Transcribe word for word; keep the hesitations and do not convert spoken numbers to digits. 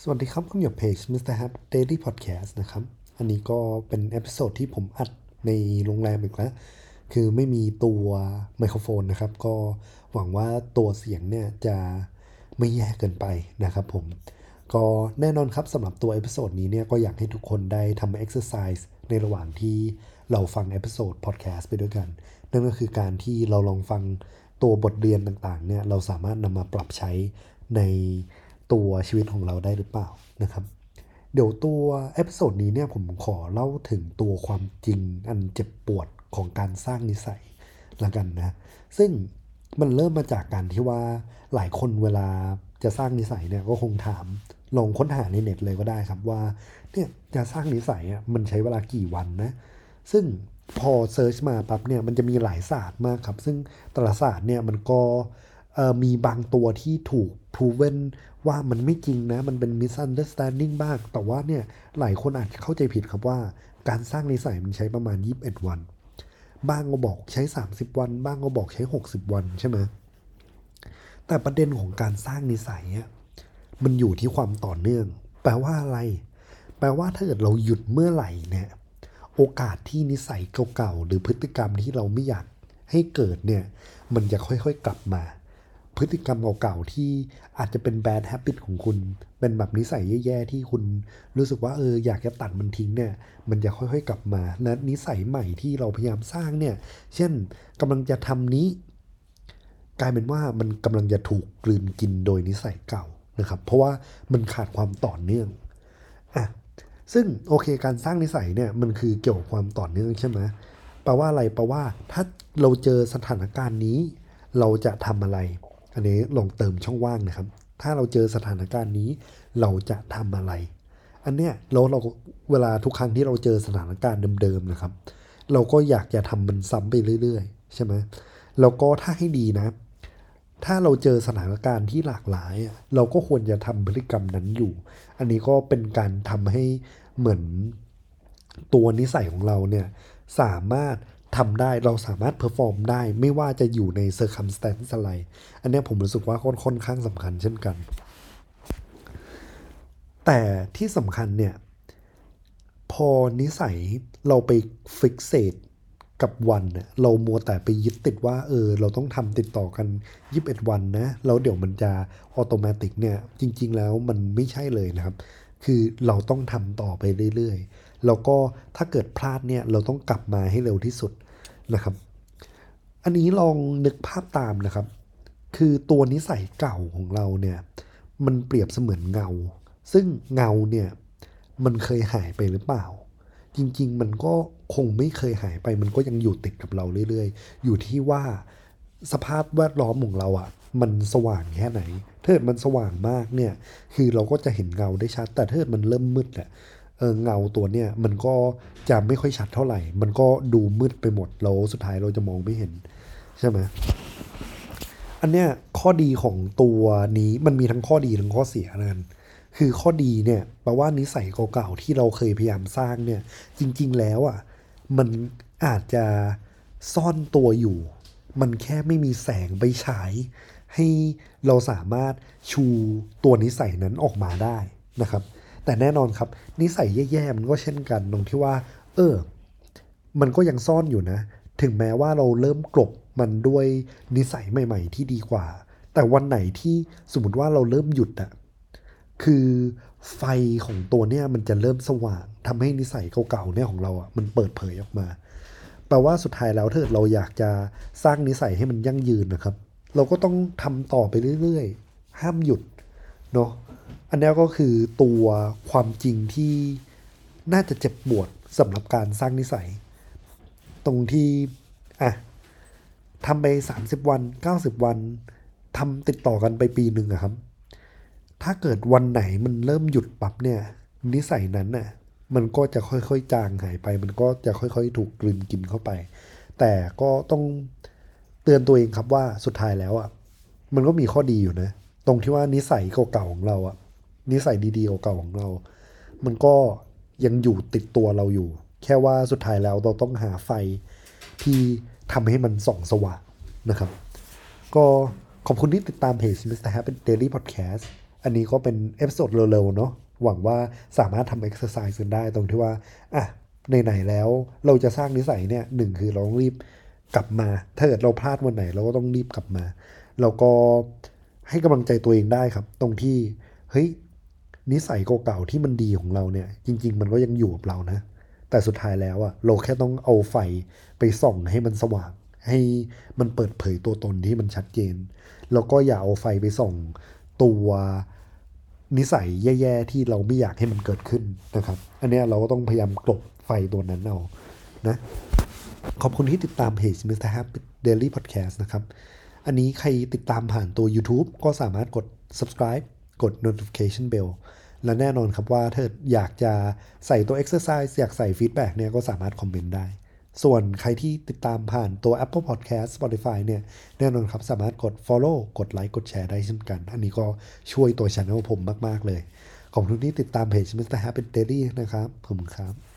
สวัสดีครับคุณอยู่เพจ มิสเตอร์ Hap Daily Podcast นะครับอันนี้ก็เป็นเอพิโซดที่ผมอัดในโรงแรมอีกแล้วคือไม่มีตัวไมโครโฟนนะครับก็หวังว่าตัวเสียงเนี่ยจะไม่แย่เกินไปนะครับผมก็แน่นอนครับสำหรับตัวเอพิโซดนี้เนี่ยก็อยากให้ทุกคนได้ทำ exercise ในระหว่างที่เราฟังเอพิโซด podcast ไปด้วยกันนั่นก็คือการที่เราลองฟังตัวบทเรียนต่างๆเนี่ยเราสามารถนำมาปรับใช้ในตัวชีวิตของเราได้หรือเปล่านะครับเดี๋ยวตัวเอพิโซดนี้เนี่ยผมขอเล่าถึงตัวความจริงอันเจ็บปวดของการสร้างนิสัยละกันนะซึ่งมันเริ่มมาจากการที่ว่าหลายคนเวลาจะสร้างนิสัยเนี่ยก็คงถามลองค้นหาในเน็ตเลยก็ได้ครับว่าเนี่ยจะสร้างนิสัยอ่ะมันใช้เวลากี่วันนะซึ่งพอเซิร์ชมาปั๊บเนี่ยมันจะมีหลายศาสตร์มากครับซึ่งแต่ละศาสตร์เนี่ยมันก็มีบางตัวที่ถูก proven ว่ามันไม่จริงนะมันเป็น misunderstanding บ้างแต่ว่าเนี่ยหลายคนอาจจะเข้าใจผิดครับว่าการสร้างนิสัยมันใช้ประมาณยี่สิบเอ็ดวันบ้างก็บอกใช้สามสิบวันบ้างก็บอกใช้หกสิบวันใช่ไหมแต่ประเด็นของการสร้างนิสัยอะมันอยู่ที่ความต่อเนื่องแปลว่าอะไรแปลว่าถ้าเกิดเราหยุดเมื่อไหร่เนี่ยโอกาสที่นิสัยเก่าๆหรือพฤติกรรมที่เราไม่อยากให้เกิดเนี่ยมันจะค่อยๆกลับมาพฤติกรรมเก่าๆที่อาจจะเป็น bad habit ของคุณเป็นแบบนิสัยแย่ๆที่คุณรู้สึกว่าเอออยากจะตัดมันทิ้งเนี่ยมันจะค่อยๆกลับมาและนิสัยใหม่ที่เราพยายามสร้างเนี่ยเช่นกำลังจะทำนี้กลายเป็นว่ามันกำลังจะถูกกลืนกินโดยนิสัยเก่านะครับเพราะว่ามันขาดความต่อเนื่องอ่ะซึ่งโอเคการสร้างนิสัยเนี่ยมันคือเกี่ยวกับความต่อเนื่องใช่ไหมแปลว่าอะไรแปลว่าถ้าเราเจอสถานการณ์นี้เราจะทำอะไรอันนี้ลองเติมช่องว่างนะครับถ้าเราเจอสถานการณ์นี้เราจะทำอะไรอันเนี้ยเราเราเวลาทุกครั้งที่เราเจอสถานการณ์เดิมๆนะครับเราก็อยากจะทำมันซ้ำไปเรื่อยๆใช่ไหมแล้วก็ถ้าให้ดีนะถ้าเราเจอสถานการณ์ที่หลากหลายเราก็ควรจะทำพฤติกรรมนั้นอยู่อันนี้ก็เป็นการทำให้เหมือนตัวนิสัยของเราเนี่ยสามารถทำได้เราสามารถเพอร์ฟอร์มได้ไม่ว่าจะอยู่ในเซอร์คัมสแตนซ์อะไรอันนี้ผมรู้สึกว่าค่อนข้างสำคัญเช่นกันแต่ที่สำคัญเนี่ยพอนิสัยเราไปฟิกเซตกับวันเนี่ยเรามัวแต่ไปยึดติดว่าเออเราต้องทำติดต่อกันยี่สิบเอ็ดวันนะแล้วเดี๋ยวมันจะออโตเมติกเนี่ยจริงๆแล้วมันไม่ใช่เลยนะครับคือเราต้องทำต่อไปเรื่อยๆแล้วก็ถ้าเกิดพลาดเนี่ยเราต้องกลับมาให้เร็วที่สุดนะครับอันนี้ลองนึกภาพตามนะครับคือตัวนิสัยเก่าของเราเนี่ยมันเปรียบเสมือนเงาซึ่งเงาเนี่ยมันเคยหายไปหรือเปล่า จริงๆมันก็คงไม่เคยหายไปมันก็ยังอยู่ติดกับเราเรื่อยๆอยู่ที่ว่าสภาพแวดล้อมของเราอะ่ะมันสว่างแค่ไหนถ้าเกิดมันสว่างมากเนี่ยคือเราก็จะเห็นเงาได้ชัดแต่ถ้าเกิดมันเริ่มมืดแหละเออเงาตัวเนี่ยมันก็จะไม่ค่อยชัดเท่าไหร่มันก็ดูมืดไปหมดแล้วสุดท้ายเราจะมองไม่เห็นใช่ไหมอันเนี้ยข้อดีของตัวนี้มันมีทั้งข้อดีทั้งข้อเสียนั่น คือข้อดีเนี่ยแปลว่านิสัยเก่าๆที่เราเคยพยายามสร้างเนี่ยจริงๆแล้วอ่ะมันอาจจะซ่อนตัวอยู่มันแค่ไม่มีแสงไปฉายให้เราสามารถชูตัวนิสัยนั้นออกมาได้นะครับแต่แน่นอนครับนิสัยแย่ๆมันก็เช่นกันตรงที่ว่าเออมันก็ยังซ่อนอยู่นะถึงแม้ว่าเราเริ่มกลบมันด้วยนิสัยใหม่ๆที่ดีกว่าแต่วันไหนที่สมมติว่าเราเริ่มหยุดอะ คือไฟของตัวเนี่ยมันจะเริ่มสว่างทำให้นิสัยเก่าๆเนี่ยของเราอ่ะมันเปิดเผยออกมาแปลว่าสุดท้ายแล้วถ้าเราอยากจะสร้างนิสัยให้มันยั่งยืนนะครับเราก็ต้องทำต่อไปเรื่อยๆห้ามหยุดเนาะอันนี้ก็คือตัวความจริงที่น่าจะเจ็บปวดสำหรับการสร้างนิสัยตรงที่อ่ะทำไปสามสิบวันเก้าสิบวันทำติดต่อกันไปปีหนึ่งอะครับ ถ้าเกิดวันไหนมันเริ่มหยุดปั๊บเนี่ยนิสัยนั้นน่ะมันก็จะค่อยๆจางหายไปมันก็จะค่อยๆถูกกลืนกินเข้าไปแต่ก็ต้องเตือนตัวเองครับว่าสุดท้ายแล้วอ่ะมันก็มีข้อดีอยู่นะตรงที่ว่านิสัยเก่าๆของเราอ่ะนิสัยดีๆเก่าๆของเรามันก็ยังอยู่ติดตัวเราอยู่แค่ว่าสุดท้ายแล้วเราต้องหาไฟที่ทำให้มันส่องสว่างนะครับก็ขอบคุณที่ติดตามเพจ มิสเตอร์ Happy Daily Podcast อันนี้ก็เป็นเอพิโซดเร็วๆเนาะหวังว่าสามารถทำเอ็กซ์ไซส์กันได้ตรงที่ว่าอ่ะไหนๆแล้วเราจะสร้างนิสัยเนี่ยหนึ่งคือเราต้องรีบกลับมาถ้าเกิดเราพลาดวันไหนเราก็ต้องรีบกลับมาแล้วก็ให้กำลังใจตัวเองได้ครับตรงที่เฮ้ยนิสัยเก่าๆที่มันดีของเราเนี่ยจริงๆมันก็ยังอยู่กับเรานะแต่สุดท้ายแล้วอะเราแค่ต้องเอาไฟไปส่องให้มันสว่างให้มันเปิดเผยตัวตนที่มันชัดเจนแล้วก็อย่าเอาไฟไปส่องตัวนิสัยแย่ๆที่เราไม่อยากให้มันเกิดขึ้นนะครับอันเนี้ยเราก็ต้องพยายามกลบไฟตัวนั้นเอานะขอบคุณที่ติดตามเพจ มิสเตอร์ Happy Daily Podcast นะครับอันนี้ใครติดตามผ่านตัว YouTube ก็สามารถกด subscribe กด notification bell และแน่นอนครับว่าถ้าอยากจะใส่ตัว exercise อยากใส่ feedback เนี่ยก็สามารถคอมเมนต์ได้ส่วนใครที่ติดตามผ่านตัว Apple Podcast Spotify เนี่ยแน่นอนครับสามารถกด follow กดไลค์กดแชร์ได้เช่นกันอันนี้ก็ช่วยตัว channel ผมมากๆเลยขอบคุณที่ติดตามเพจ มิสเตอร์ Happy Daily นะครับขอบคุณครับ